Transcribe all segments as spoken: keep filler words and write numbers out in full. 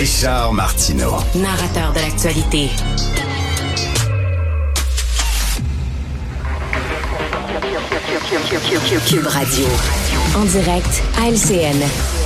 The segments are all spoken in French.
Richard Martineau. Narrateur de l'actualité. Cube Radio. En direct à L C N.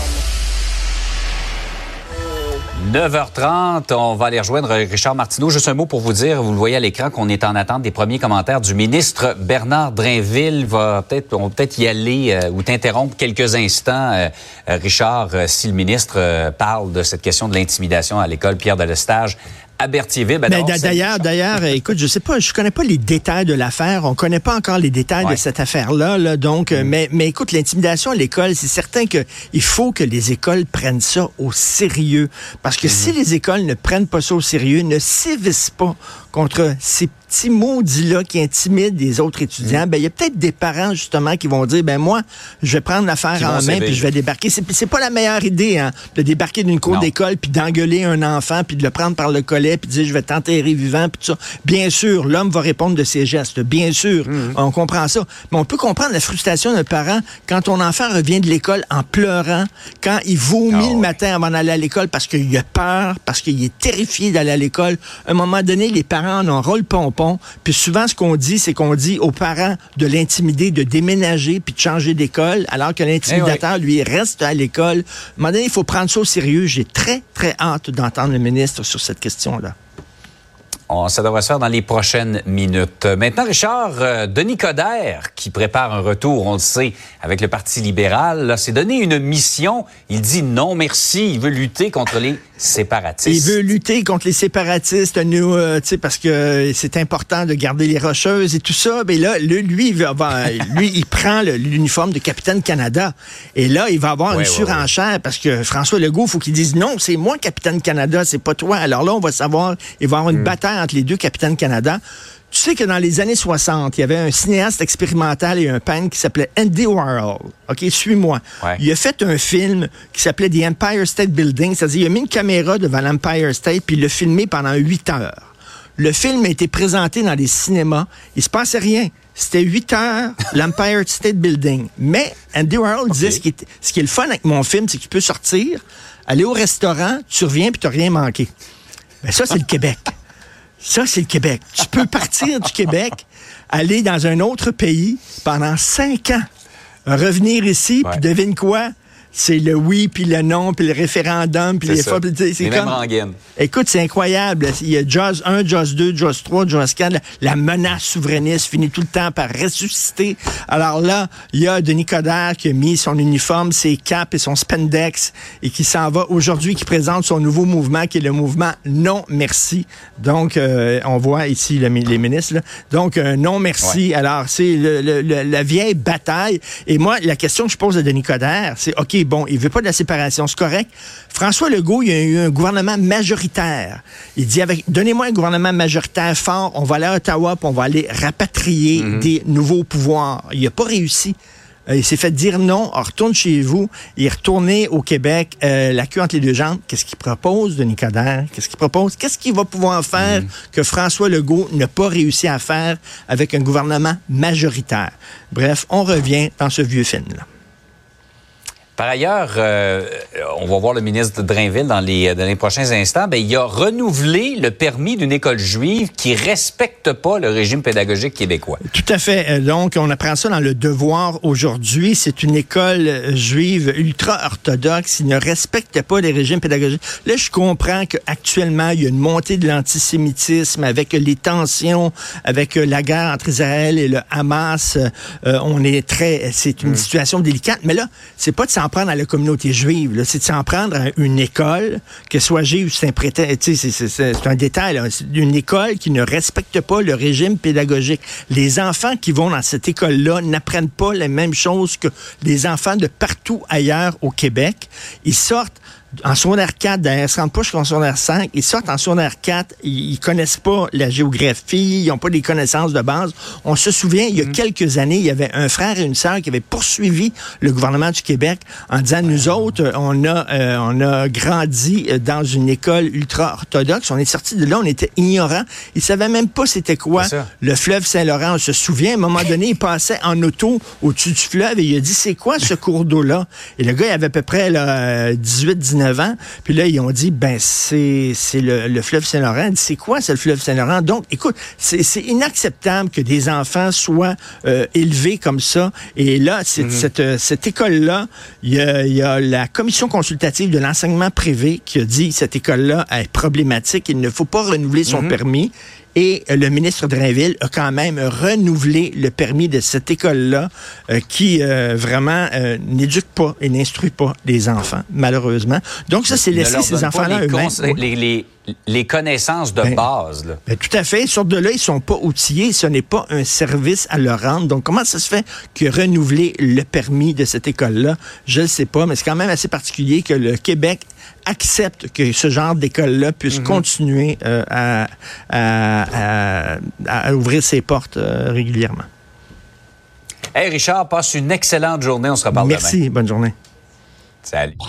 neuf heures trente, on va aller rejoindre Richard Martineau. Juste un mot pour vous dire, vous le voyez à l'écran, qu'on est en attente des premiers commentaires du ministre Bernard Drinville. Va peut-être, on va peut-être y aller euh, ou t'interrompre quelques instants, euh, Richard, euh, si le ministre euh, parle de cette question de l'intimidation à l'école Pierre Delestage à Berthierville. Ben Mais non, d'ailleurs, d'ailleurs, écoute, je sais pas, je connais pas les détails de l'affaire. On connaît pas encore les détails ouais. de cette affaire-là. Là, donc, mm. mais, mais écoute, l'intimidation à l'école, c'est certain que il faut que les écoles prennent ça au sérieux. Parce que mm. si les écoles ne prennent pas ça au sérieux, ne sévissent pas contre ces petits maudits-là qui intimident les autres étudiants, mm. ben il y a peut-être des parents, justement, qui vont dire, ben moi, je vais prendre l'affaire en main puis je vais débarquer. C'est, c'est pas la meilleure idée, hein, de débarquer d'une cour non. d'école puis d'engueuler un enfant puis de le prendre par le collet puis de dire, je vais t'enterrer vivant puis tout ça. Bien sûr, l'homme va répondre de ses gestes. Bien sûr, mm. on comprend ça. Mais on peut comprendre la frustration d'un parent quand ton enfant revient de l'école en pleurant, quand il vomit oh, le matin avant d'aller à l'école parce qu'il a peur, parce qu'il est terrifié d'aller à l'école. À un moment donné, les parents en ont ras le pompon. Puis souvent, ce qu'on dit, c'est qu'on dit aux parents de l'intimider, de déménager puis de changer d'école, alors que l'intimidateur, eh oui. lui, reste à l'école. À un moment donné, il faut prendre ça au sérieux. J'ai très, très hâte d'entendre le ministre sur cette question-là. On, ça devrait se faire dans les prochaines minutes. Maintenant, Richard, euh, Denis Coderre, qui prépare un retour, on le sait, avec le Parti libéral, là, s'est donné une mission. Il dit non merci, il veut lutter contre les séparatistes. Il veut lutter contre les séparatistes, nous, euh, tu sais, parce que c'est important de garder les Rocheuses et tout ça. Mais là, lui, il va, va, lui, il prend le, l'uniforme de Capitaine Canada. Et là, il va avoir ouais, une ouais, surenchère ouais. parce que François Legault, il faut qu'il dise non, c'est moi Capitaine Canada, c'est pas toi. Alors là, on va savoir, il va y avoir une mm. bataille entre les deux Capitaines Canada. Tu sais que dans les années soixante, il y avait un cinéaste expérimental et un peintre qui s'appelait Andy Warhol. OK, suis-moi. Ouais. Il a fait un film qui s'appelait The Empire State Building, c'est-à-dire il a mis une caméra devant l'Empire State puis il l'a filmé pendant huit heures. Le film a été présenté dans les cinémas. Il se passait rien. C'était huit heures, l'Empire State Building. Mais Andy Warhol okay. disait, ce qui, est, ce qui est le fun avec mon film, c'est que tu peux sortir, aller au restaurant, tu reviens puis tu n'as rien manqué. Mais ça, c'est le Québec. Ça, c'est le Québec. Tu peux partir du Québec, aller dans un autre pays pendant cinq ans, revenir ici, ouais. puis devine quoi? C'est le oui, puis le non, puis le référendum, puis les fois... C'est, c'est les comme... mêmes rengaines. Écoute, c'est incroyable. Il y a Jaws un, Jaws deux, Jaws trois, Jaws quatre. La, la menace souverainiste finit tout le temps par ressusciter. Alors là, il y a Denis Coderre qui a mis son uniforme, ses capes et son spandex et qui s'en va aujourd'hui, qui présente son nouveau mouvement, qui est le mouvement Non Merci. Donc, euh, on voit ici le, les ministres. Là. Donc, euh, Non Merci. Ouais. Alors, c'est le, le, le, la vieille bataille. Et moi, la question que je pose à Denis Coderre, c'est, OK, bon, il veut pas de la séparation, c'est correct. François Legault, il y a eu un gouvernement majoritaire. Il dit, avec, donnez-moi un gouvernement majoritaire fort, on va aller à Ottawa, puis on va aller rapatrier mm-hmm. des nouveaux pouvoirs. Il n'a pas réussi. Euh, il s'est fait dire non, on retourne chez vous. Il est retourné au Québec, euh, la queue entre les deux jambes. Qu'est-ce qu'il propose, Denis Coderre? Qu'est-ce qu'il propose? Qu'est-ce qu'il va pouvoir faire mm. que François Legault n'a pas réussi à faire avec un gouvernement majoritaire? Bref, on revient dans ce vieux film-là. Par ailleurs, euh, on va voir le ministre de Drainville dans les, dans les prochains instants. Ben, il a renouvelé le permis d'une école juive qui respecte pas le régime pédagogique québécois. Tout à fait. Donc, on apprend ça dans le Devoir aujourd'hui. C'est une école juive ultra-orthodoxe qui ne respecte pas les régimes pédagogiques. Là, je comprends qu'actuellement, il y a une montée de l'antisémitisme avec les tensions, avec la guerre entre Israël et le Hamas. Euh, on est très... C'est une mmh. situation délicate. Mais là, c'est pas de s'en prendre à la communauté juive, là. C'est de s'en prendre à une école, que soit juive, c'est un prétexte, c'est, c'est, c'est, c'est un détail, là. C'est une école qui ne respecte pas le régime pédagogique. Les enfants qui vont dans cette école-là n'apprennent pas les mêmes choses que les enfants de partout ailleurs au Québec. Ils sortent en secondaire quatre, d'ailleurs, ils ne se rendent pas jusqu'en secondaire cinq, ils sortent en secondaire quatre, ils ne connaissent pas la géographie, ils n'ont pas des connaissances de base. On se souvient, il y a mmh. quelques années, il y avait un frère et une sœur qui avaient poursuivi le gouvernement du Québec en disant, nous autres, on a, euh, on a grandi dans une école ultra-orthodoxe, on est sortis de là, on était ignorants, ils ne savaient même pas c'était quoi le fleuve Saint-Laurent. On se souvient, à un moment donné, il passait en auto au-dessus du fleuve et il a dit, c'est quoi ce cours d'eau-là? Et le gars, il avait à peu près là, dix-huit dix-neuf dix-neuf ans. Puis là, ils ont dit, ben c'est c'est le, le fleuve Saint-Laurent. C'est quoi, c'est le fleuve Saint-Laurent? Donc, écoute, c'est, c'est inacceptable que des enfants soient euh, élevés comme ça. Et là, c'est, mm-hmm. cette, cette école-là, il y a, y a la commission consultative de l'enseignement privé qui a dit cette école-là est problématique, il ne faut pas renouveler son mm-hmm. permis. Et le ministre Drainville a quand même renouvelé le permis de cette école-là euh, qui euh, vraiment euh, n'éduque pas et n'instruit pas les enfants, malheureusement. Donc ça, c'est laisser ces enfants-là eux-mêmes. Cons- les, les, les connaissances de ben, base. Là. Ben, tout à fait. Ils sortent de là, ils sont pas outillés. Ce n'est pas un service à leur rendre. Donc comment ça se fait que renouveler le permis de cette école-là? Je ne sais pas, mais c'est quand même assez particulier que le Québec accepte que ce genre d'école-là puisse mm-hmm. continuer euh, à, à, à, à ouvrir ses portes euh, régulièrement. Hey Richard, passe une excellente journée. On se reparle Merci, demain. Bonne journée. Salut.